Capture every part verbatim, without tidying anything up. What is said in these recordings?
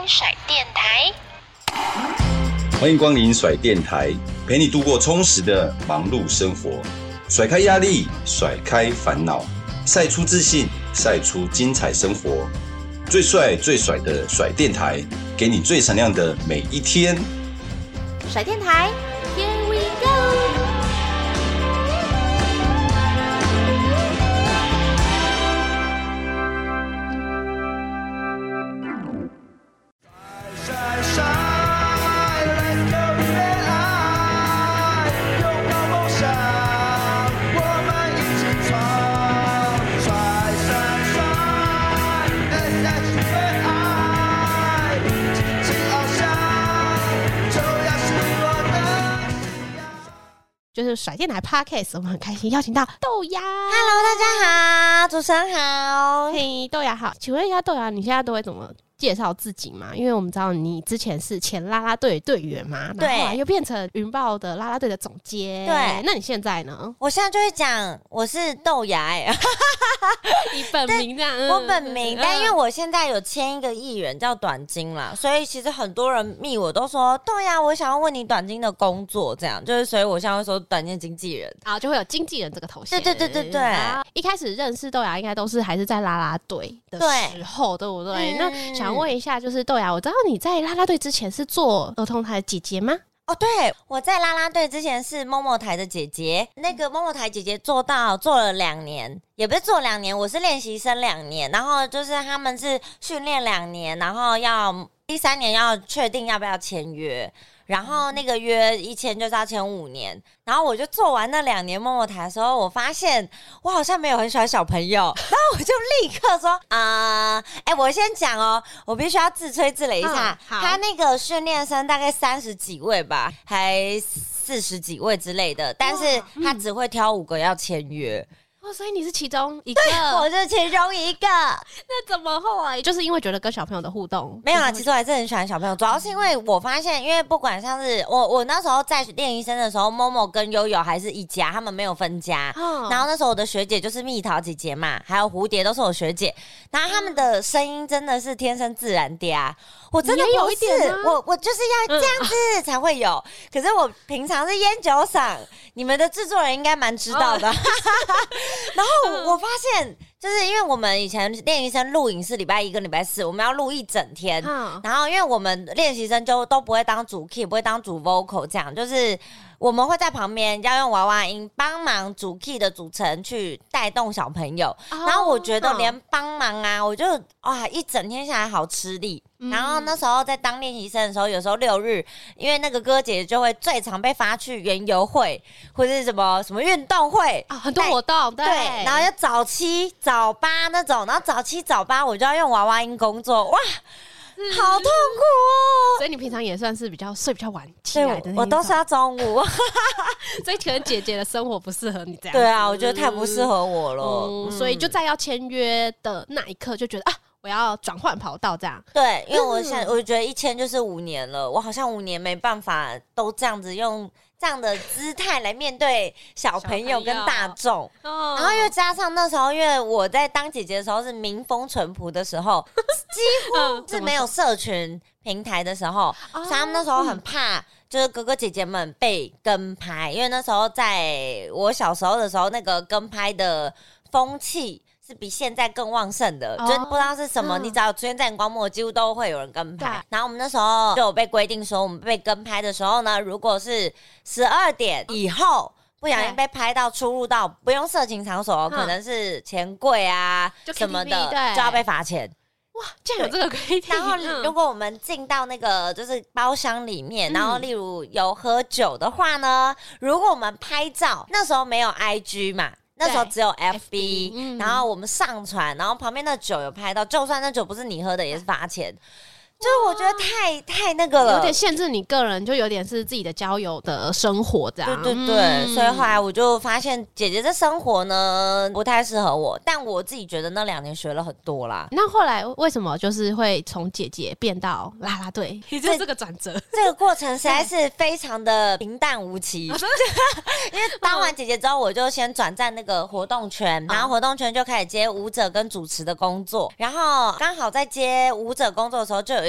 甩电台， 欢迎光临甩电台，陪你度过充实的忙碌生活，甩开压力，甩开烦恼，晒出自信，晒出精彩生活。最帅最甩的甩电台，给你最闪亮的每一天。 甩电台 ，Here we go！ 就是甩电台 Podcast， 我们很开心邀请到豆芽。 Hello， 大家好，主持人好。 嘿，豆芽好，请问一下豆芽，你现在都会怎么介绍自己嘛？因为我们知道你之前是前啦啦队队员嘛， 对， 然后后来又变成云豹的啦啦队的总监。 对， 那你现在呢？ 我现在就会讲我是豆芽哎、欸， 你本名这样，嗯、 我本名，但因为我现在有签一个艺人叫短金啦，所以其实很多人密我都说豆芽，我想要问你短金的工作，这样就是，所以我现在会说短金经纪人啊，就会有经纪人这个头衔。 对对对对对。 一开始认识豆芽应该都是还是在啦啦队的时候， 对, 对不对？嗯、那想问一下，就是豆芽，我知道你在啦啦队之前是做儿童台的姐姐吗？ 哦，对，我在啦啦队之前是某某台的姐姐，那个某某台姐姐做到做了两年，也不是做两年，我是练习生两年，然后就是他们是训练两年，然后要第三年要确定要不要签约。然后那个约一签就是要签五年，然后我就做完那两年某某台的时候，我发现我好像没有很喜欢小朋友，然后我就立刻说啊，哎、呃，我先讲哦，我必须要自吹自擂一下，嗯、他那个训练生大概三十几位吧，还四十几位之类的，但是他只会挑五个要签约。 哦，所以你是其中一个， 对，我是其中一个。 那怎么后来就是因为觉得跟小朋友的互动没有啦，其实我还是很喜欢小朋友，主要是因为我发现，因为不管像是我我那时候在练医生的时候，Momo跟悠悠还是一家，他们没有分家。哦、然后那时候我的学姐就是蜜桃姐姐嘛，还有蝴蝶都是我学姐，然后他们的声音真的是天生自然嗲。我真的不是， 有一点我我就是要这样子才会有。嗯、可是我平常是烟酒嗓，你们的制作人应该蛮知道的。哦、然后我发现，就是因为我们以前练习生录影是礼拜一跟礼拜四，我们要录一整天。嗯、然后因为我们练习生就都不会当主 key， 不会当主 vocal， 这样就是我们会在旁边要用娃娃音帮忙主 key 的组成去带动小朋友。哦、然后我觉得连帮忙啊，我就哇一整天下来好吃力。然后那时候在当练习生的时候，有时候六日，因为那个哥姐就会最常被发去园游会或者是什么什么运动会啊，很多活动，对， 对，然后要早七早八那种，然后早七早八我就要用娃娃音工作，哇，好痛苦哦！ 所以你平常也算是比较睡比较晚起来的那种， 我都是要中午， 所以可能姐姐的生活不适合你这样。 对啊，我觉得太不适合我了， 嗯嗯、所以就在要签约的那一刻就觉得啊。我要转换跑道，这样对，因为我想，我觉得一签就是五年了，我好像五年没办法都这样子用这样的姿态来面对小朋友跟大众，哦、然后又加上那时候，因为我在当姐姐的时候是民风淳朴的时候，几乎是没有社群平台的时候，嗯、所以他们那时候很怕。就是哥哥姐姐们被跟拍，因为那时候在我小时候的时候，那个跟拍的风气是比现在更旺盛的，哦、就是不知道是什么，嗯、你只要出现在荧光幕，几乎都会有人跟拍。然后我们那时候就有被规定说，我们被跟拍的时候呢，如果是十二点以后不小心被拍到出入到不用色情场所，嗯、可能是钱柜啊什么的，就要被罚钱。 哇，竟然有这个规定！ 然后如果我们进到那个就是包厢里面，嗯、然后例如有喝酒的话呢，如果我们拍照，那时候没有 I G 嘛，那时候只有 F B， 嗯、然后我们上传，然后旁边的酒有拍到，就算那酒不是你喝的，也是罚钱。就是我觉得太太那个了， 有点限制你个人，就有点是自己的交友的生活这样。 对对对，嗯、所以后来我就发现姐姐的生活呢不太适合我，但我自己觉得那两年学了很多啦。 那后来为什么就是会从姐姐变到啦啦队？也就是这个转折， 这个过程实在是非常的平淡无奇。因为当完姐姐之后，我就先转战那个活动圈，然后活动圈就开始接舞者跟主持的工作，然后刚好在接舞者工作的时候，就有一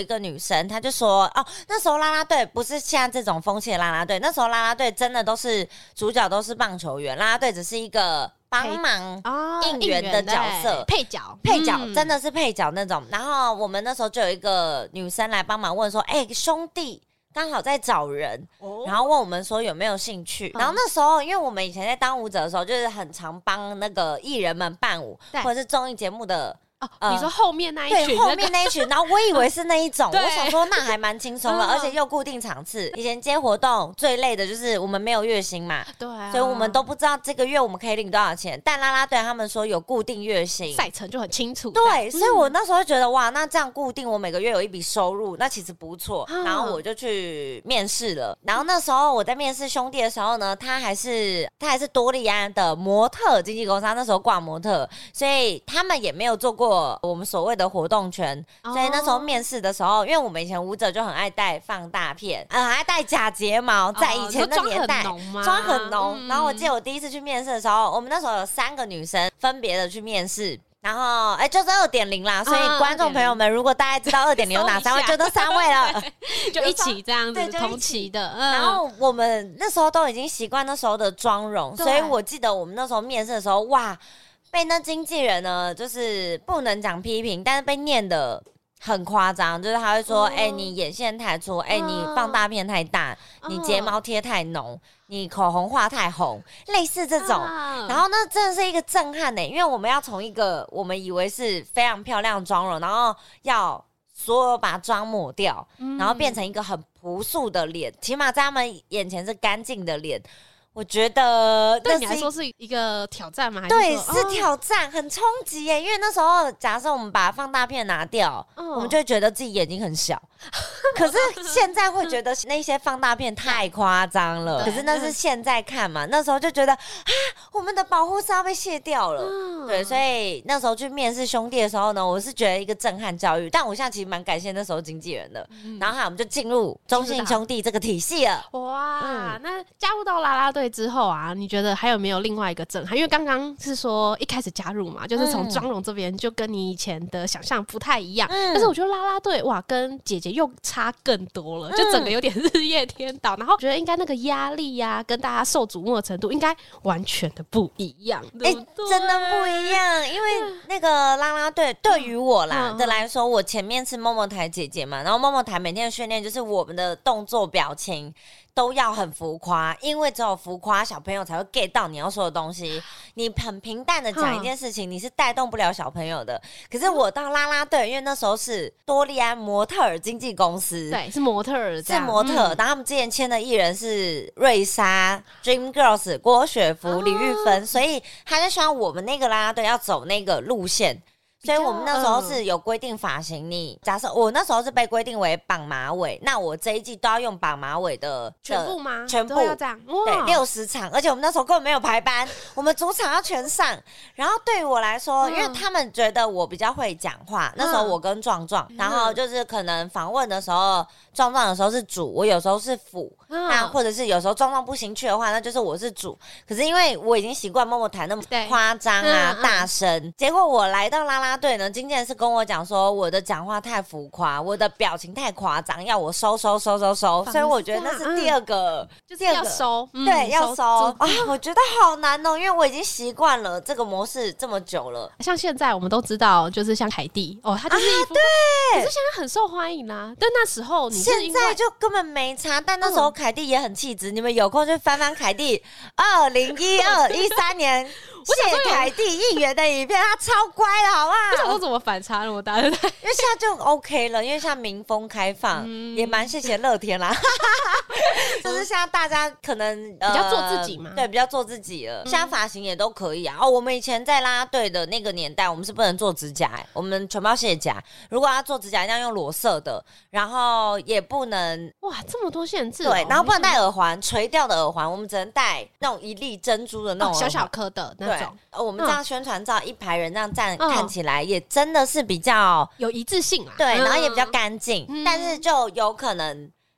一个女生，她就说哦，那时候啦啦队不是现在这种风气的啦啦队，那时候啦啦队真的都是主角都是棒球员，啦啦队只是一个帮忙应援的角色， 哦、配角， 配角、嗯、真的是配角那种。然后我们那时候就有一个女生来帮忙问说，哎、欸，兄弟刚好在找人、哦，然后问我们说有没有兴趣、嗯。然后那时候，因为我们以前在当舞者的时候，就是很常帮那个艺人们伴舞，或者是综艺节目的。 哦呃、你说后面那一群、 那個，对，后面那一群，然后我以为是那一种，我想说那还蛮轻松的，而且又固定场次。以前接活动最累的就是我们没有月薪嘛， 对、啊， 所以我们都不知道这个月我们可以领多少钱。但啦啦队他们说有固定月薪， 赛程就很清楚。 对，所以我那时候就觉得哇，那这样固定我每个月有一笔收入，那其实不错。嗯、然后我就去面试了。然后那时候我在面试兄弟的时候呢，他还是他还是多利安的模特经纪公司，他那时候挂模特，所以他们也没有做过我们所谓的活动圈，所以那时候面试的时候，因为我们以前舞者就很爱戴放大片，呃，还爱戴假睫毛，在以前的年代，妆很浓、嗯。然后我记得我第一次去面试的时候，我们那时候有三个女生分别的去面试。然后，哎，就是 二点零 啦，所以观众朋友们，如果大家知道 二点零 有哪三位，就都三位了， 就一起这样子同期的、嗯。 然后我们那时候都已经习惯那时候的妆容，所以我记得我们那时候面试的时候，哇，被那经纪人呢，就是不能讲批评，但是被念的很夸张，就是他会说，哎、哦欸，你眼线太粗，哎、欸，你放大片太大，哦、你睫毛贴太浓。你口红画太红，类似这种、啊，然后那真的是一个震撼呢、欸，因为我们要从一个我们以为是非常漂亮的妆容，然后要所有把妆抹掉、嗯，然后变成一个很朴素的脸，起码在他们眼前是干净的脸。我觉得对你来说是一个挑战吗？还是对，是挑战，很冲击耶。因为那时候假设我们把放大片拿掉，哦、我们就会觉得自己眼睛很小。可是现在会觉得那些放大片太夸张了。可是那是现在看嘛，那时候就觉得啊，我们的保护色要被卸掉了、嗯。对，所以那时候去面试兄弟的时候呢，我是觉得一个震撼教育。但我现在其实蛮感谢那时候经纪人的。嗯、然后我们就进入中信兄弟这个体系了。 哇，嗯、那加入到啦啦队之后啊，你觉得还有没有另外一个震撼？因为刚刚是说一开始加入嘛，就是从妆容这边就跟你以前的想象不太一样、嗯。但是我觉得啦啦队哇，跟姐姐又差更多了，就整个有点日夜颠倒。然后觉得应该那个压力呀、啊，跟大家受瞩目的程度应该完全的不一样。哎、欸， 真的不一样。因为那个啦啦队对于我啦、嗯、的来说，我前面是默默台姐姐嘛，然后默默台每天的训练就是我们的动作表情都要很浮夸，因为只有浮夸小朋友才会 get 到你要说的东西。你很平淡的讲一件事情、嗯、你是带动不了小朋友的。可是我到啦啦队，因为那时候是多利安模特儿经纪公司， 对，是模特儿， 是模特儿、嗯、然后他们之前签的艺人是瑞莎、Dream Girls、郭雪芙、李玉芬、哦、所以他就希望我们那个啦啦队要走那个路线。所以我们那时候是有规定发型，你假设我那时候是被规定为绑马尾，那我这一季都要用绑马尾的全部吗？ 全部要这样， 对，六十场，而且我们那时候根本没有排班，我们主场要全上。然后对于我来说、嗯，因为他们觉得我比较会讲话，那时候我跟壮壮、嗯，然后就是可能访问的时候，壮壮有时候是主，我有时候是辅、嗯，那或者是有时候壮壮不行去的话，那就是我是主。可是因为我已经习惯默默谈那么夸张啊、嗯、大声，结果我来到啦啦队呢，经纪人是跟我讲说我的讲话太浮夸，我的表情太夸张，要我收收收收收，所以我觉得那是第二个， 嗯、就是要收， 嗯、对，要收啊！我觉得好难哦，因为我已经习惯了这个模式这么久了。 像现在我们都知道，就是像凯蒂哦，他就是一副、 啊、对， 可是现在很受欢迎啦。但那时候你是现在就根本没差，但那时候凯蒂也很气质、嗯。你们有空就翻翻凯蒂二零一二一三年。谢凯蒂议员的影片，他超乖的，好不好？ 不想说怎么反差那么大，对不对？ 因为现在就 OK 了，因为现在民风开放，嗯、也蛮谢谢乐天啦。就是现在大家可能、呃、 比较做自己嘛， 对，比较做自己了。嗯、现在发型也都可以啊。哦，我们以前在啦啦队的那个年代，我们是不能做指甲、欸，我们全部要卸甲。如果要做指甲，一定要用裸色的，然后也不能哇这么多限制、哦。 对，然后不能戴耳环，垂掉的耳环，我们只能戴那种一粒珍珠的那种、 哦、小小颗的那种。 对，我们这样宣传照、嗯、一排人这样站、嗯、看起来也真的是比较有一致性啦， 对，然后也比较干净、嗯，但是就有可能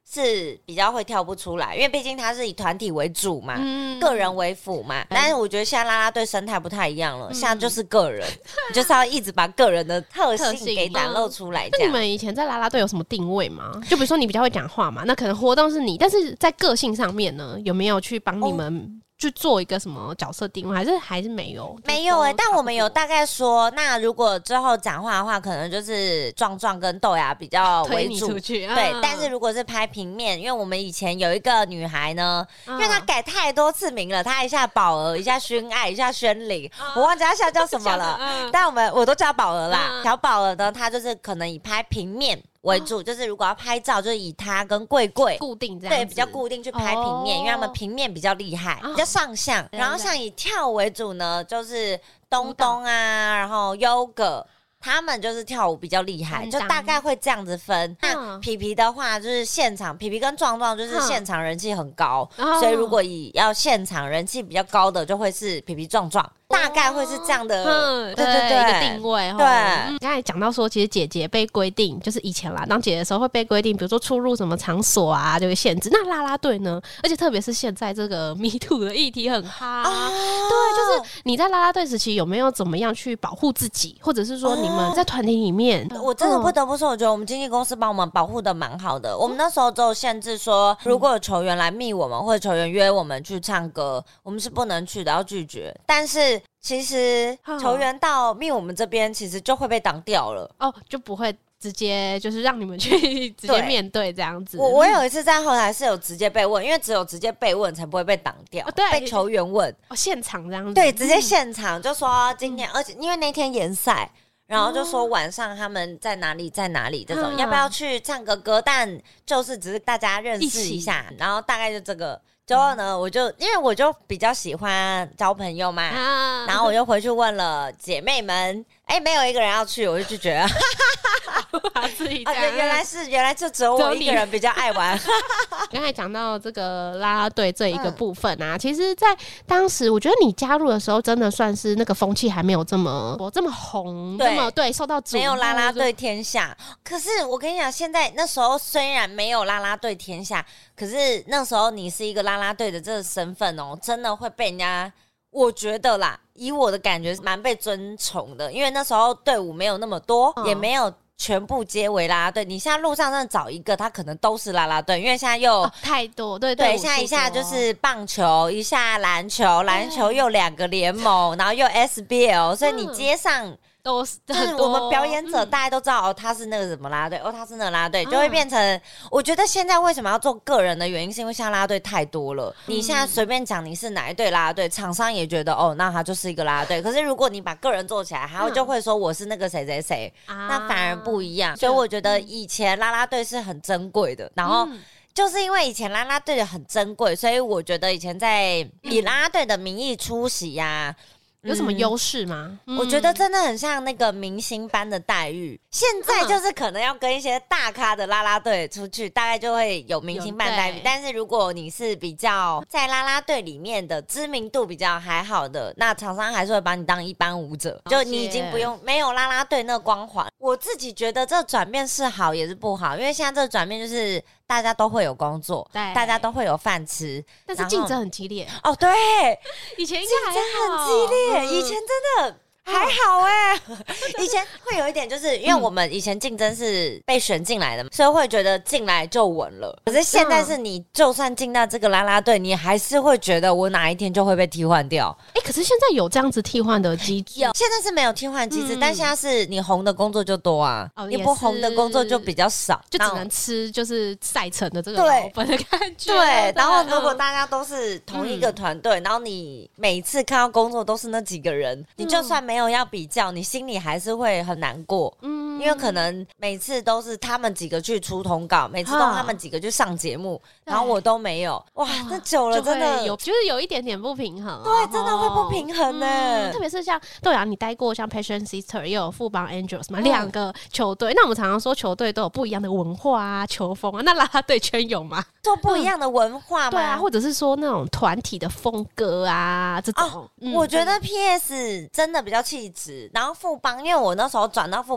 是比较会跳不出来，因为毕竟它是以团体为主嘛，嗯、个人为辅嘛。嗯、但是我觉得现在啦啦队生态不太一样了，嗯、现在就是个人，你就是要一直把个人的特性给展露出来。 那你们以前在啦啦队有什么定位吗？就比如说你比较会讲话嘛，那可能活动是你，但是在个性上面呢，有没有去帮你们？哦去做一个什么角色定位，还是还是没有？ 没有哎、欸，但我们有大概说，那如果之后讲话的话，可能就是壮壮跟豆芽比较为主， 出去啊、 对。但是如果是拍平面，因为我们以前有一个女孩呢，啊、因为她改太多次名了，她一下宝儿，一下宣爱，一下宣灵，啊、我忘记她现在叫什么了。啊、但我们我都叫宝儿啦。啊、小宝儿呢，她就是可能以拍平面为主，哦、就是如果要拍照，就是以他跟贵贵固定这样子， 对，比较固定去拍平面，哦、因为他们平面比较厉害，哦、比较上相。然后像以跳舞为主呢，就是东东啊，然后优格。他们就是跳舞比较厉害，就大概会这样子分。那皮皮的话，就是现场皮皮跟壮壮就是现场人气很高，嗯、所以如果以要现场人气比较高的，就会是皮皮壮壮。大概会是这样的， 嗯，对对对，一个定位。 对， 嗯、刚才讲到说，其实姐姐被规定，就是以前啦，当姐姐的时候会被规定，比如说出入什么场所啊，就会限制。那啦啦队呢？而且特别是现在这个 Me Too 的议题很哈，啊、对，就是你在啦啦队时期有没有怎么样去保护自己，或者是说你们在团体里面， 我真的不得不说，我觉得我们经纪公司帮我们保护的蛮好的。我们那时候只有限制说，如果有球员来密我们，或者球员约我们去唱歌，我们是不能去的，要拒绝。但是其实球员到密我们这边，其实就会被挡掉了哦，就不会直接就是让你们去直接面对这样子。 我我有一次在后台是有直接被问，因为只有直接被问才不会被挡掉，哦、对，被球员问哦，现场这样子， 对，直接现场就说今天，嗯、而且因为那天延赛。然后就说晚上他们在哪里在哪里这种，嗯、要不要去唱个歌？但就是只是大家认识一下，一然后大概就这个。之后呢，我就因为我就比较喜欢交朋友嘛，啊、然后我就回去问了姐妹们，哎，没有一个人要去，我就拒绝了。 自己啊，原来是原来就只有我一个人比较爱玩。 刚才讲到这个啦啦队这一个部分啊，嗯、其实，在当时我觉得你加入的时候，真的算是那个风气还没有这么这么红，这么对受到瞩目， 没有啦啦队天下。可是我跟你讲，现在那时候虽然没有啦啦队天下，可是那时候你是一个啦啦队的这个身份哦，真的会被人家，我觉得啦，以我的感觉蛮被尊崇的，因为那时候队伍没有那么多，嗯、也没有全部皆为啦啦队。你现在路上真的找一个，他可能都是啦啦队，因为现在又、 哦、太多，对对，现在一下就是棒球，一下篮球，篮球又两个联盟，然后又 S B L， 所以你街上。嗯都是就是我们表演者，大家都知道、嗯、哦，他是那个什么啦啦队，哦，他是那个啦啦队，就会变成。嗯、我觉得现在为什么要做个人的原因，是因为现在啦啦队太多了。嗯、你现在随便讲你是哪一队啦啦队，厂商也觉得哦，那他就是一个啦啦队。可是如果你把个人做起来，他就会说我是那个谁谁谁，嗯、那反而不一样。啊、所以我觉得以前啦啦队是很珍贵的，然后。嗯就是因为以前啦啦队的很珍贵，所以我觉得以前在以啦啦队的名义出席呀、啊。 有什么优势吗？ 嗯、我觉得真的很像那个明星般的待遇。现在就是可能要跟一些大咖的啦啦队出去，大概就会有明星般待遇。但是如果你是比较在啦啦队里面的知名度比较还好的，那厂商还是会把你当一般舞者，就你已经不用没有啦啦队那个光环。我自己觉得这转变是好也是不好，因为现在这个转变就是大家都会有工作，大家都会有饭吃， 但是竞争很激烈。 哦，对， 以前竞争很激烈。以前真的还好哎、欸，以前会有一点，就是因为我们以前竞争是被选进来的嘛，所以会觉得进来就稳了。可是现在是你就算进到这个啦啦队，你还是会觉得我哪一天就会被替换掉。 哎、欸，可是现在有这样子替换的机制？ 有，现在是没有替换机制，嗯、但现在是你红的工作就多啊，哦、你不红的工作就比较少， 就只能吃就是赛程的这个老本的感觉。 对，然后如果大家都是同一个团队，嗯、然后你每次看到工作都是那几个人，嗯、你就算没。没有要比较，你心里还是会很难过，嗯，因为可能每次都是他们几个去出通告，每次都他们几个去上节目，然后我都没有，哇，那久了真的有，就是有一点点不平衡、啊， 对，真的会不平衡呢、欸嗯。 特别是像豆芽，你待过像 Passion Sister 也有富邦 Angels 嘛，两、嗯、个球队，那我们常常说球队都有不一样的文化啊、球风啊，那啦啦队圈有吗？ 做不一样的文化吗、嗯？ 对啊，或者是说那种团体的风格啊，这种。哦嗯、我觉得 P S 真的比较气质，然后富邦，因为我那时候转到富邦的时候，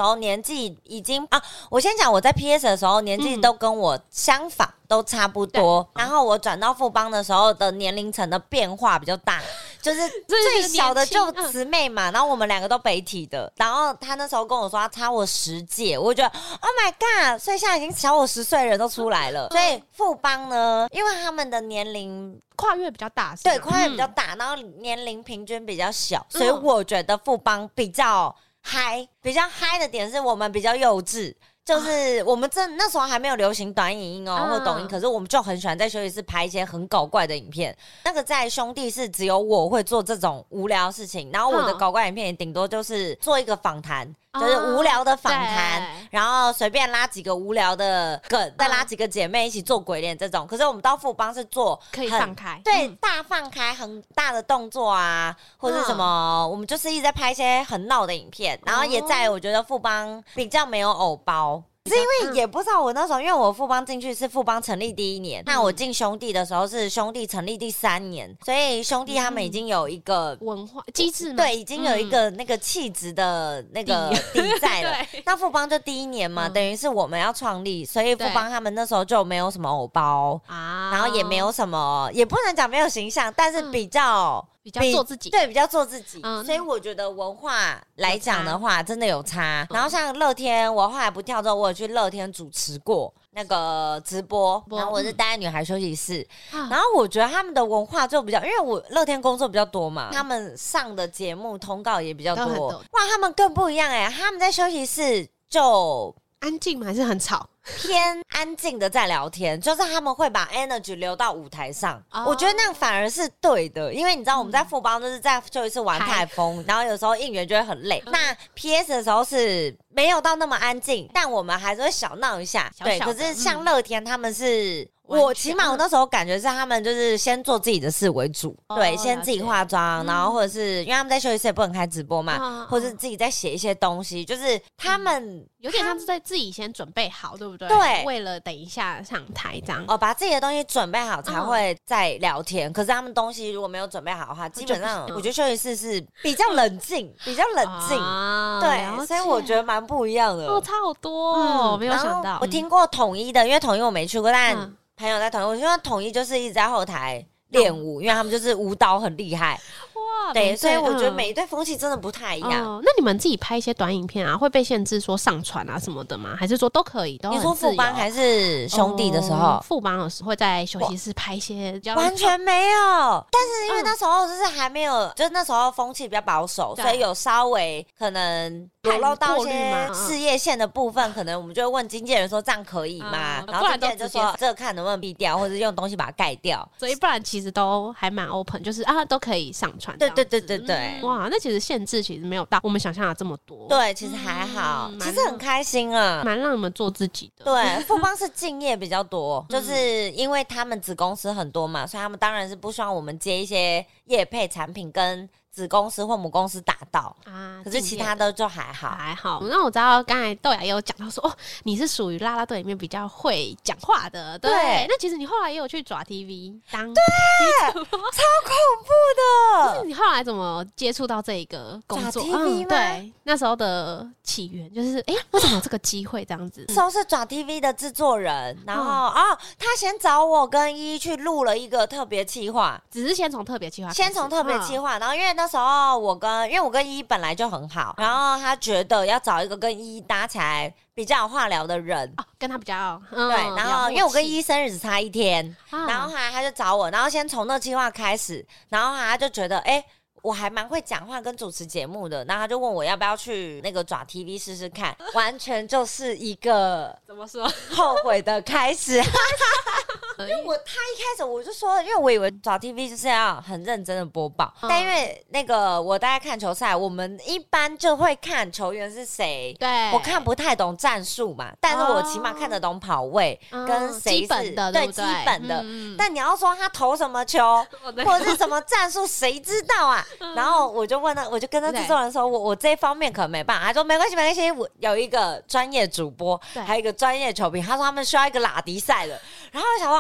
候年纪已经啊，我先讲我在 P S 的时候年纪都跟我相仿。嗯都差不多，然后我转到富邦的时候的年龄层的变化比较大，就是最小的就慈妹嘛，然后我们两个都北体的，然后他那时候跟我说他差我十届，我就觉得 Oh my god， 所以现在已经小我十岁的人都出来了，所以富邦呢，因为他们的年龄跨越比较大， 对，跨越比较大，然后年龄平均比较小，所以我觉得富邦比较嗨，比较嗨的点是我们比较幼稚。就是我们这那时候还没有流行短影音哦，或抖音，可是我们就很喜欢在休息室拍一些很搞怪的影片。那个在兄弟是只有我会做这种无聊的事情，然后我的搞怪影片也顶多就是做一个访谈。就是无聊的访谈、哦，然后随便拉几个无聊的梗，再拉几个姐妹一起做鬼脸这种。可是我们到富邦是做可以放开， 对、嗯，大放开很大的动作啊，或者什么、嗯，我们就是一直在拍一些很闹的影片。然后也在我觉得富邦比较没有偶包。是因为也不知道我那时候，因为我富邦进去是富邦成立第一年，那、嗯、我进兄弟的时候是兄弟成立第三年，所以兄弟他们已经有一个文化机制， 对，已经有一个那个气质的那个底在了。那富邦就第一年嘛，嗯、等于是我们要创立，所以富邦他们那时候就没有什么偶包啊，然后也没有什么，也不能讲没有形象，但是比较。嗯比较做自己， 对，比较做自己、嗯，所以我觉得文化来讲的话，真的有差。然后像乐天，我后来不跳之后，我有去乐天主持过那个直播，然后我是待在女孩休息室、嗯，然后我觉得他们的文化就比较，因为我乐天工作比较多嘛，他们上的节目通告也比较多，哇，他们更不一样哎、欸，他们在休息室就安静吗？还是很吵？ 偏安静的在聊天，就是他们会把 energy 留到舞台上、哦、我觉得那样反而是对的，因为你知道我们在富邦就是在就一次玩太疯，然后有时候应援就会很累、嗯、那 P S 的时候是没有到那么安静，但我们还是会小闹一下，小小对，可是像乐天他们是、嗯我起码我那时候感觉是他们就是先做自己的事为主，哦、对，先自己化妆、嗯，然后或者是因为他们在休息室也不能开直播嘛，嗯、或者是自己在写一些东西，就是他们、嗯、 有点像是在自己先准备好，对不对？ 对， 为了等一下上台这样， 哦，把自己的东西准备好才会再聊天。嗯、可是他们东西如果没有准备好的话，基本上我觉得休息室是比较冷静，比较冷静、啊，对，所以我觉得蛮不一样的。 哦，差好多哦，嗯、没有想到。 我听过统一的，因为统一我没去过，但、嗯。朋友在统一，我觉得统一就是一直在后台练舞、嗯，因为他们就是舞蹈很厉害。哇，对，所以我觉得每一对风气真的不太一样、 嗯。那你们自己拍一些短影片啊，会被限制说上传啊什么的吗？还是说都可以？都很自由？ 你说富邦还是兄弟的时候？ 哦、富邦的时候会在休息室拍一些， 完全没有。但是因为那时候就是还没有，嗯、就是那时候风气比较保守，所以有稍微可能裸露到一些事业线的部分，可能我们就会问经纪人说这样可以吗？嗯、然后经纪人就说这个看能不能避掉，或者用东西把它盖掉。 所以不然其实都还蛮 open， 就是啊都可以上传。 对对对对对、 嗯，哇，那其实限制其实没有到我们想象的这么多。 对，其实还好，嗯、其实很开心啊， 蛮让你们做自己的。 对，富邦是敬业比较多，就是因为他们子公司很多嘛，所以他们当然是不希望我们接一些业配产品跟子公司或母公司打到啊，可是其他的就还好， 还好。那我知道刚才豆芽也有讲到说，哦，你是属于啦啦队里面比较会讲话的，对。对那其实你后来也有去爪 T V 当， 对，超恐怖的。就是你后来怎么接触到这一个工作？ 爪 T V 吗、 嗯？对，那时候的起源就是，哎、欸，为什么有这个机会这样子？ 那时候是爪 T V 的制作人，然后、嗯、哦，他先找我跟依依去录了一个特别企划， 只是先从特别企划， 先从特别企划、嗯，然后因为那时候我跟因为我跟依依本来就很好，然后他觉得要找一个跟依依搭起来比较有话聊的人， 哦，跟他比较、 嗯、对，然后因为我跟依依生日只差一天、啊，然后后来他就找我，然后先从那企划开始，然后他就觉得哎。欸我还蛮会讲话跟主持节目的，然后他就问我要不要去那个爪 T V 试试看，完全就是一个怎么说后悔的开始。因为我他一开始我就说，因为我以为爪 T V 就是要很认真的播报、嗯，但因为那个我大概看球赛，我们一般就会看球员是谁， 对， 我看不太懂战术嘛，但是我起码看得懂跑位、嗯、跟谁是、 基本的， 对， 对基本的、嗯。但你要说他投什么球或者是什么战术，谁知道啊？然后我就问他，我就跟他制作人说，我我这一方面可能没办法。他说没关系没关系，我有一个专业主播，还有一个专业球评。他说他们需要一个拉迪赛的。然后我想说，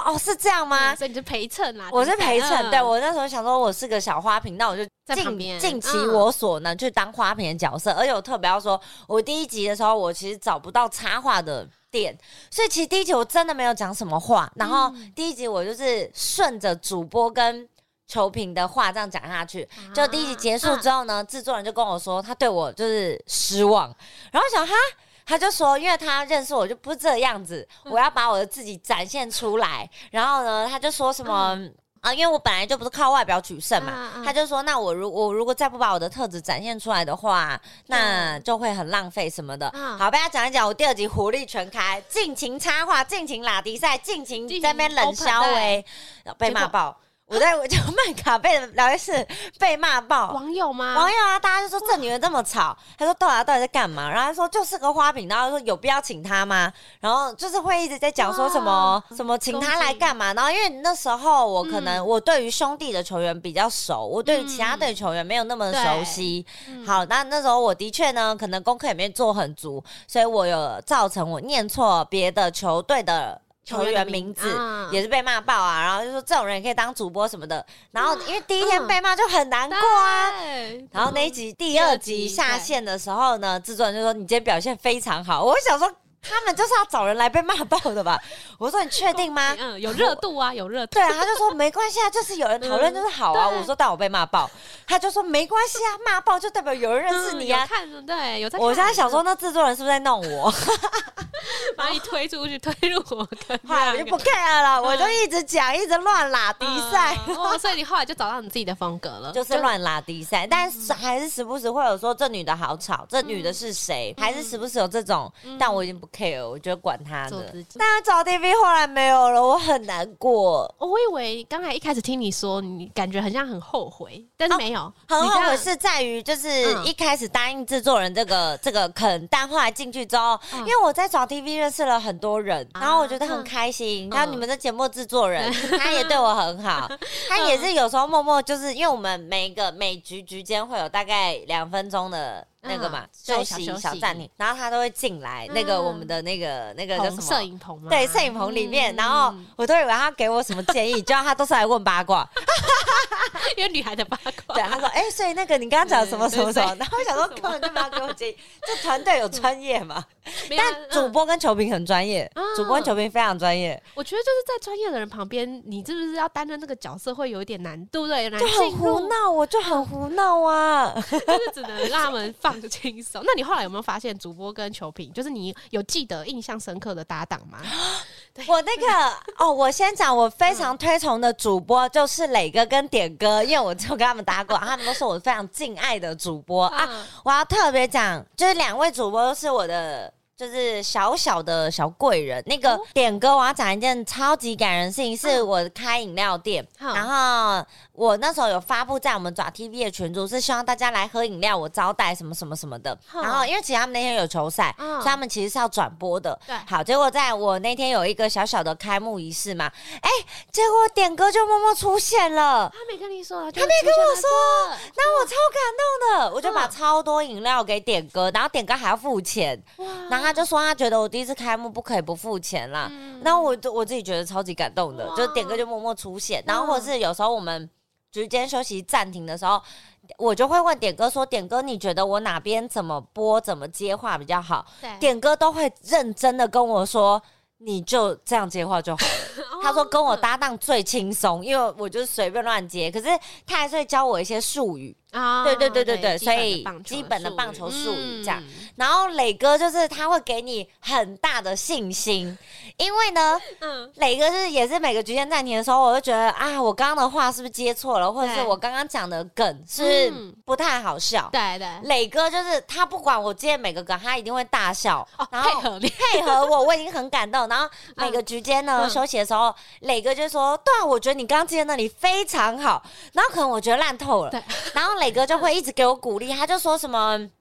哦，是这样吗？ 嗯、所以你是陪衬啦， 我是陪衬、 嗯。 对，我那时候想说我是个小花瓶，那我就尽尽其我所能去当花瓶的角色。嗯、而且我特别要说，我第一集的时候我其实找不到插话的点，所以其实第一集我真的没有讲什么话。然后第一集我就是顺着主播跟球评的话这样讲下去，就第一集结束之后呢，制作人就跟我说他对我就是失望，然后想哈。他就说，因为他认识我就不是这样子，我要把我的自己展现出来。然后呢，他就说什么、嗯、啊，因为我本来就不是靠外表取胜嘛，嗯嗯、他就说，那我如我如果再不把我的特质展现出来的话，那就会很浪费什么的。嗯、好，被他讲一讲，我第二集火力全开，尽情插话，尽情拉迪赛，尽情在那边冷消维，被骂爆。我在我就麦卡被聊天室被骂爆， 网友吗？ 网友啊，大家就说这女人这么吵，他说到底到底在干嘛？然后他说就是个花瓶，然后说有必要请她吗？然后就是会一直在讲说什么什么请她来干嘛？然后因为那时候我可能、嗯、我对于兄弟的球员比较熟，我对于其他队球员没有那么熟悉。嗯、好，那那时候我的确呢，可能功课也没做很足，所以我有造成我念错别的球队的球员名字，嗯、也是被骂爆啊，然后就说这种人也可以当主播什么的，然后因为第一天被骂就很难过啊，嗯、然后那一集第二集下线的时候呢，制作人就说你今天表现非常好，我想说他们就是要找人来被骂爆的吧？我说你确定吗？ 嗯，有热度啊，有热度。 对啊，他就说没关系啊，就是有人讨论就是好啊。嗯、我说但我被骂爆，他就说没关系啊，骂爆就代表有人认识你啊。 嗯、有看对，有在看。 我现在想说，那制作人是不是在弄我？ 把你推出去，推入我坑， 我就不 care 了，我就一直讲，一直乱拉迪赛、 嗯哦，所以你后来就找到你自己的风格了， 就是乱拉迪赛，但是还是时不时会有说这女的好吵，这女的是谁，嗯、还是时不时有这种，嗯、但我已经不 care， 我觉得管他的。但是找 T V 后来没有了，我很难过。 我以为刚才一开始听你说，你感觉很像很后悔，但是没有，哦、 很后悔是在于就是一开始答应制作人这个、嗯、这个坑，但后来进去之后，嗯、因为我在找 T V 认识了很多人，然后我觉得很开心。然后你们的节目制作人，嗯、他也对我很好，他也是有时候默默就是因为我们每一个每局局间会有大概两分钟的。那个嘛，休息小暂停，然后他都会进来，那个我们的那个那个叫什么摄影棚吗？ 对，摄影棚里面，然后我都以为他给我什么建议，结果他都是来问八卦， 因为女孩的八卦。 对，他说，哎，所以那个你刚刚讲什么什么什么，然后我想说根本就没有给我建议，这团队有专业嘛？但主播跟球评很专业，主播跟球评非常专业。 我觉得就是在专业的人旁边，你是不是要担任这个角色会有一点难，对不对？ 就很胡闹，我就很胡闹啊， 就是只能让他们放轻松。那你后来有没有发现主播跟球评，就是你有记得印象深刻的搭档吗？ 我那个哦，我先讲，我非常推崇的主播就是磊哥跟点哥，因为我就跟他们搭过，他们都是我非常敬爱的主播啊。我要特别讲，就是两位主播都是我的。就是小小的小贵人，那个点哥，我要讲一件超级感人的事情，是我开饮料店，嗯、然后我那时候有发布在我们爪 T V 的群组，是希望大家来喝饮料，我招待什么什么什么的。嗯、然后因为其实他们那天有球赛，嗯、所以他们其实是要转播的。对，好，结果在我那天有一个小小的开幕仪式嘛，哎，结果点哥就默默出现了， 他没跟你说， 他没跟我说，那我超感动的，我就把超多饮料给点哥，然后点哥还要付钱，然后。他就说他觉得我第一次开幕不可以不付钱啦，嗯、然后我我自己觉得超级感动的，就是点哥就默默出现，然后或者是有时候我们局间休息暂停的时候，我就会问点哥说，点哥你觉得我哪边怎么播怎么接话比较好？点哥都会认真的跟我说，你就这样接话就好了。他说跟我搭档最轻松，因为我就是随便乱接，可是他还是会教我一些术语。啊，对对对对对，所以基本的棒球术语这样。嗯、然后磊哥就是他会给你很大的信心，因为呢，嗯，磊哥是也是每个局间暂停的时候，我就觉得啊，我刚刚的话是不是接错了，或者是我刚刚讲的梗是不太好笑。对对，磊哥就是他不管我接每个梗，他一定会大笑，哦、然后配合你配合我，我已经很感动。然后每个局间呢、嗯、休息的时候，磊哥就说：“对啊，我觉得你刚刚接那里非常好。”然后可能我觉得烂透了，然后。磊哥就会一直给我鼓励，他就说什么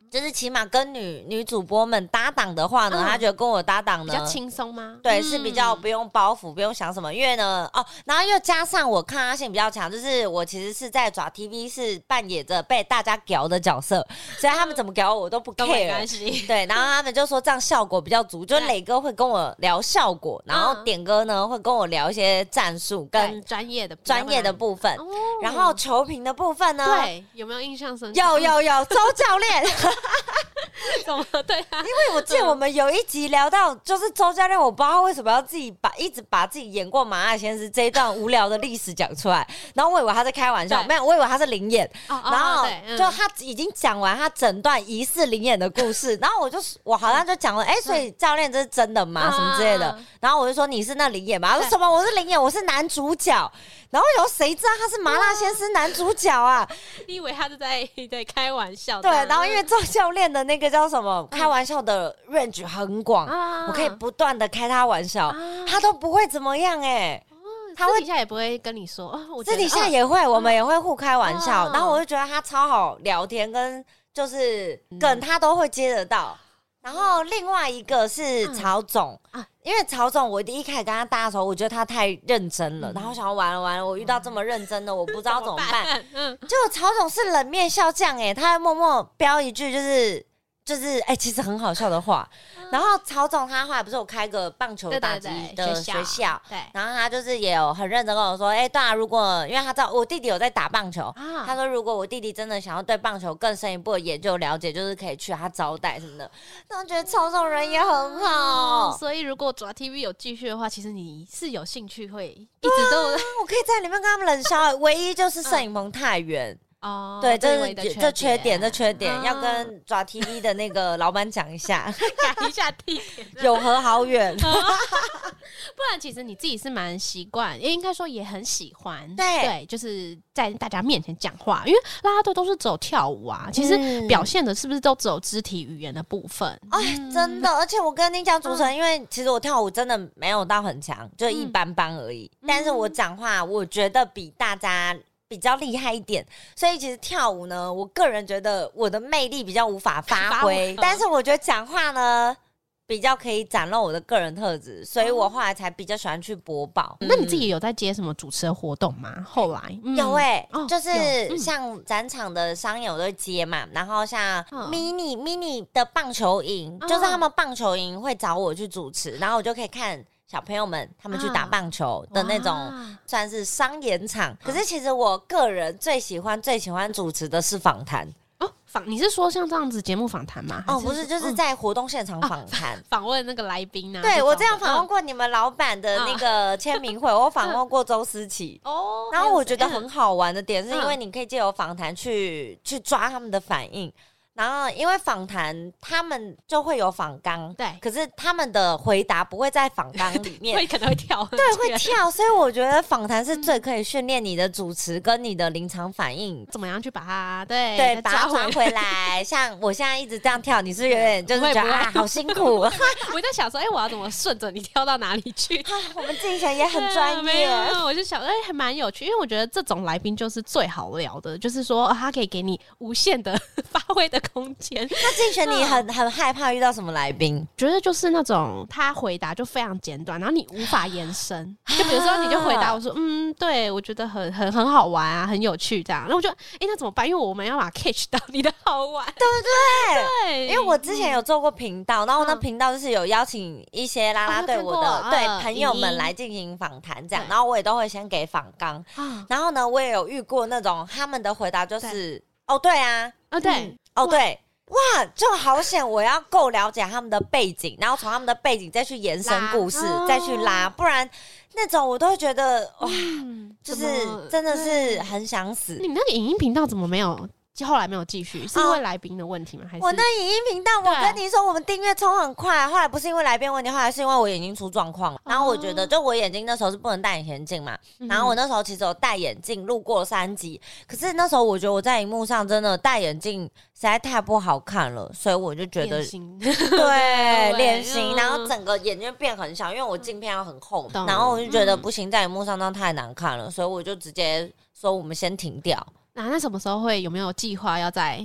就是起码跟女女主播们搭档的话呢，嗯、他觉得跟我搭档呢比较轻松吗？ 对、 嗯， 是比较不用包袱，不用想什么。因为呢，哦，然后又加上我抗压性比较强，就是我其实是在爪 T V 是扮演着被大家屌的角色，所以他们怎么屌我都不 care， 都没关系。对，然后他们就说这样效果比较足，就磊哥会跟我聊效果，然后点哥呢会跟我聊一些战术跟专业的专业的部分，哦、然后球评的部分呢， 对，有没有印象深刻？ 有有有，周教练。 怎么对啊？ 因为我记得我们有一集聊到，就是周教练，我不知道他为什么要自己把一直把自己演过麻辣鲜师这一段无聊的历史讲出来，然后我以为他在开玩笑，没有，我以为他是灵演，哦、然后就他已经讲完他整段疑似灵演的故事，然后我就我好像就讲了，哎、欸，所以教练这是真的吗？什么之类的，然后我就说你是那灵演吗？他说什么？我是灵演，我是男主角。然后有谁知道他是麻辣鲜师男主角啊？ 你以为他是在对开玩笑？ 对，然后因为周教练的那个叫什么、嗯、开玩笑的 range 很广、啊，我可以不断的开他玩笑、啊，他都不会怎么样哎、欸哦， 他私底下也不会跟你说，哦、我私底下也会、哦，我们也会互开玩笑、哦，然后我就觉得他超好聊天，跟就是梗他都会接得到。嗯然后另外一个是曹总、嗯啊、因为曹总我第一开始跟他搭的时候，我觉得他太认真了，嗯、然后想要完了完了，我遇到这么认真的，我不知道怎么办。怎么办嗯，结果曹总是冷面笑匠哎、欸，他还默默标一句就是就是哎、欸，其实很好笑的话。然后曹总他后来不是有开个棒球打击的学校， 对对对， 对，然后他就是也有很认真跟我说，哎、欸，对啊，如果因为他知道我弟弟有在打棒球、啊，他说如果我弟弟真的想要对棒球更深一步的研究了解，就是可以去他招待什么的。那我觉得曹总人也很好、 嗯，所以如果爪 T V 有继续的话，其实你是有兴趣会一直都、啊， 我可以在里面跟他们冷笑，唯一就是摄影棚太远。嗯哦，对，这是这缺点，这缺点、啊、要跟爪 T V 的那个老板讲一下， 改一下地点， 有何好远？ 不然其实你自己是蛮习惯，也应该说也很喜欢， 对对，就是在大家面前讲话，因为啦啦队都是走跳舞啊，其实表现的是不是都只有肢体语言的部分？ 哎、嗯，真的，而且我跟你讲，主持人、嗯，因为其实我跳舞真的没有到很强，就一般般而已，嗯、但是我讲话，我觉得比大家比较厉害一点，所以其实跳舞呢，我个人觉得我的魅力比较无法发挥，但是我觉得讲话呢比较可以展露我的个人特质，所以我后来才比较喜欢去播报、 嗯。那你自己有在接什么主持的活动吗？后来、 嗯、有哎、欸哦，就是像展场的商演我都会接嘛，然后像 mini、哦、mini 的棒球营、哦，就是他们棒球营会找我去主持，然后我就可以看小朋友们他们去打棒球的那种算是商演场、啊、可是其实我个人最喜欢最喜欢主持的是访谈哦。访你是说像这样子节目访谈吗？ 哦，不是，就是在活动现场访谈， 访、哦、问那个来宾啊。 对，我这样访问过你们老板的那个签名会，哦、我访问过周思琪哦。然后我觉得很好玩的点是因为你可以借由访谈去去抓他们的反应。然后，因为访谈他们就会有访纲，对，可是他们的回答不会在访纲里面， 会可能会跳， 对，会跳。所以我觉得访谈是最可以训练你的主持跟你的临场反应， 怎么样去把它对对把它抓回来。像我现在一直这样跳，你是不是有点就是觉得啊好辛苦？我在想说，哎、欸，我要怎么顺着你跳到哪里去？ 我们自己想也很专业， 我就想，哎、欸，还蛮有趣，因为我觉得这种来宾就是最好聊的，就是说、哦、他可以给你无限的发挥的空间。 那竞选你很很害怕遇到什么来宾？ 觉得就是那种他回答就非常简短，然后你无法延伸。就比如说你就回答我说，嗯，对我觉得很很很好玩啊，很有趣这样。然后我就，哎、欸，那怎么办？因为我们要把 catch 到你的好玩， 对不对？ 对， 因为我之前有做过频道，然后那频道就是有邀请一些啦啦队我的、哦、对、呃、朋友们来进行访谈这样，然后我也都会先给访纲、嗯。然后呢，我也有遇过那种他们的回答就是，哦，对啊， 哦对， 嗯、哦对。哇，就好险！我要够了解他们的背景，然后从他们的背景再去延伸故事，再去拉，不然那种我都会觉得哇，嗯、就是真的是很想死。 你那个影音频道怎么没有？后来没有继续，是因为来宾的问题吗？还是我那影音频道，我跟你说，我们订阅冲很快。后来不是因为来宾问题，后来是因为我眼睛出状况了。然后我觉得，就我眼睛那时候是不能戴隐形镜嘛。然后我那时候其实有戴眼镜，录过三集。可是那时候我觉得我在荧幕上真的戴眼镜实在太不好看了，所以我就觉得对脸型，然后整个眼睛变很小，因为我镜片要很厚，然后我就觉得不行，在荧幕上那太难看了，所以我就直接说我们先停掉。 那、啊、那什么时候会有没有计划要再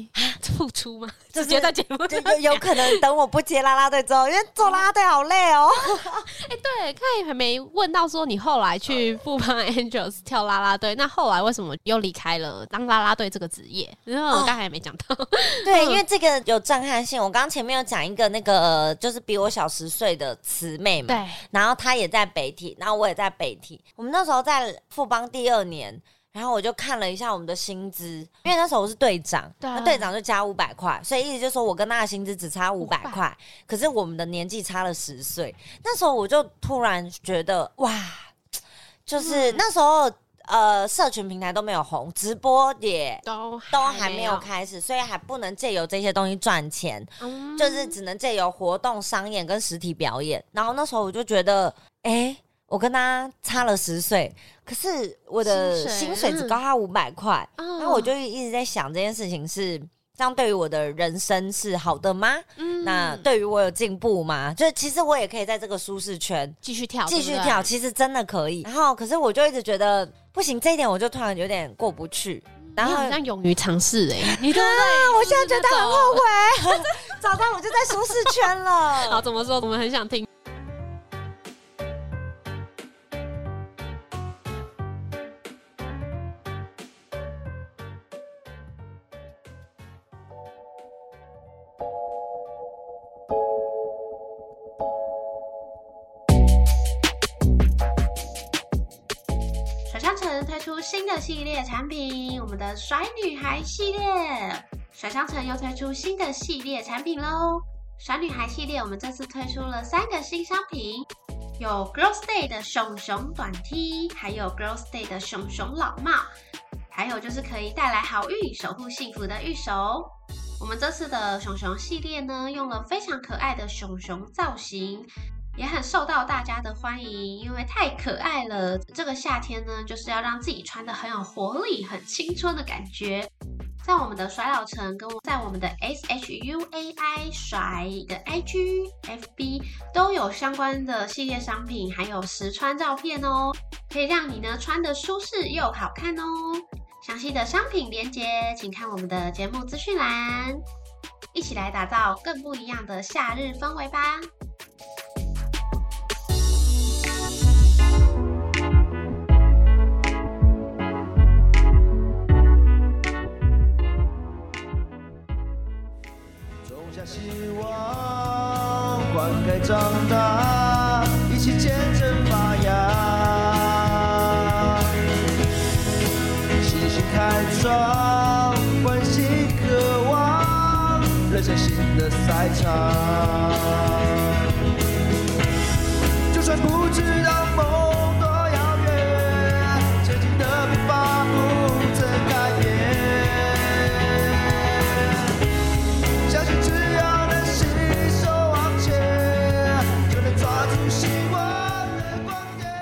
付出吗？直接在节目就有有可能等我不接啦啦队之后，因为做啦啦队好累哦。 哎、欸，对，看还没问到说你后来去富邦 Angels 跳啦啦队，那后来为什么又离开了当啦啦队这个职业？因为我刚才还没讲到。哦、 对，因为这个有震撼性。我刚刚前面有讲一个那个，就是比我小十岁的慈妹嘛， 对， 然后她也在北体，然后我也在北体。我们那时候在富邦第二年。然后我就看了一下我们的薪资，因为那时候我是队长，那队长就加五百块，所以意思就是说我跟他的薪资只差五百块，可是我们的年纪差了十岁。那时候我就突然觉得，哇，就是那时候、嗯、呃，社群平台都没有红，直播也都都还没有开始，所以还不能借由这些东西赚钱，嗯、就是只能借由活动、商演跟实体表演。然后那时候我就觉得，哎。我跟他差了十岁，可是我的薪水只高他五百块，然后我就一直在想这件事情是这样，对于我的人生是好的吗？嗯、那对于我有进步吗？就是其实我也可以在这个舒适圈继续跳， 继续跳，其实真的可以。然后，可是我就一直觉得不行，这一点我就突然有点过不去。然后你好像勇于尝试哎，你对不对？ 啊、我现在觉得很后悔，早知道我就在舒适圈了。 好，怎么说？我们很想听。 推出新的系列产品，我们的甩女孩系列，甩商城又推出新的系列产品喽！甩女孩系列，我们这次推出了三个新商品，有 Girls Day 的熊熊短 T， 还有 Girls Day 的熊熊老帽，还有就是可以带来好运、守护幸福的玉手。我们这次的熊熊系列呢，用了非常可爱的熊熊造型。也很受到大家的欢迎，因为太可爱了。这个夏天呢，就是要让自己穿得很有活力、很青春的感觉。在我们的甩老城跟在我们的 S H U A I 甩的 I G F B 都有相关的系列商品，还有实穿照片哦，可以让你呢穿得舒适又好看哦。详细的商品连结，请看我们的节目资讯栏。一起来打造更不一样的夏日氛围吧！ 希望灌溉长大，一起见证发芽，细心开创，欢喜渴望，人生新的赛场。就算不知道梦多遥远，前进的步伐不曾改变。相信只要能携手往前，就能抓住希望的光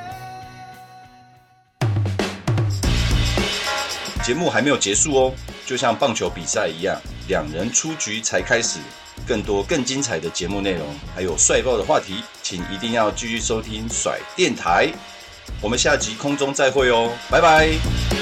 点。 节目还没有结束哦，就像棒球比赛一样，两人出局才开始。更多更精彩的节目内容，还有帅爆的话题，请一定要继续收听甩电台。我们下集空中再会哦，拜拜。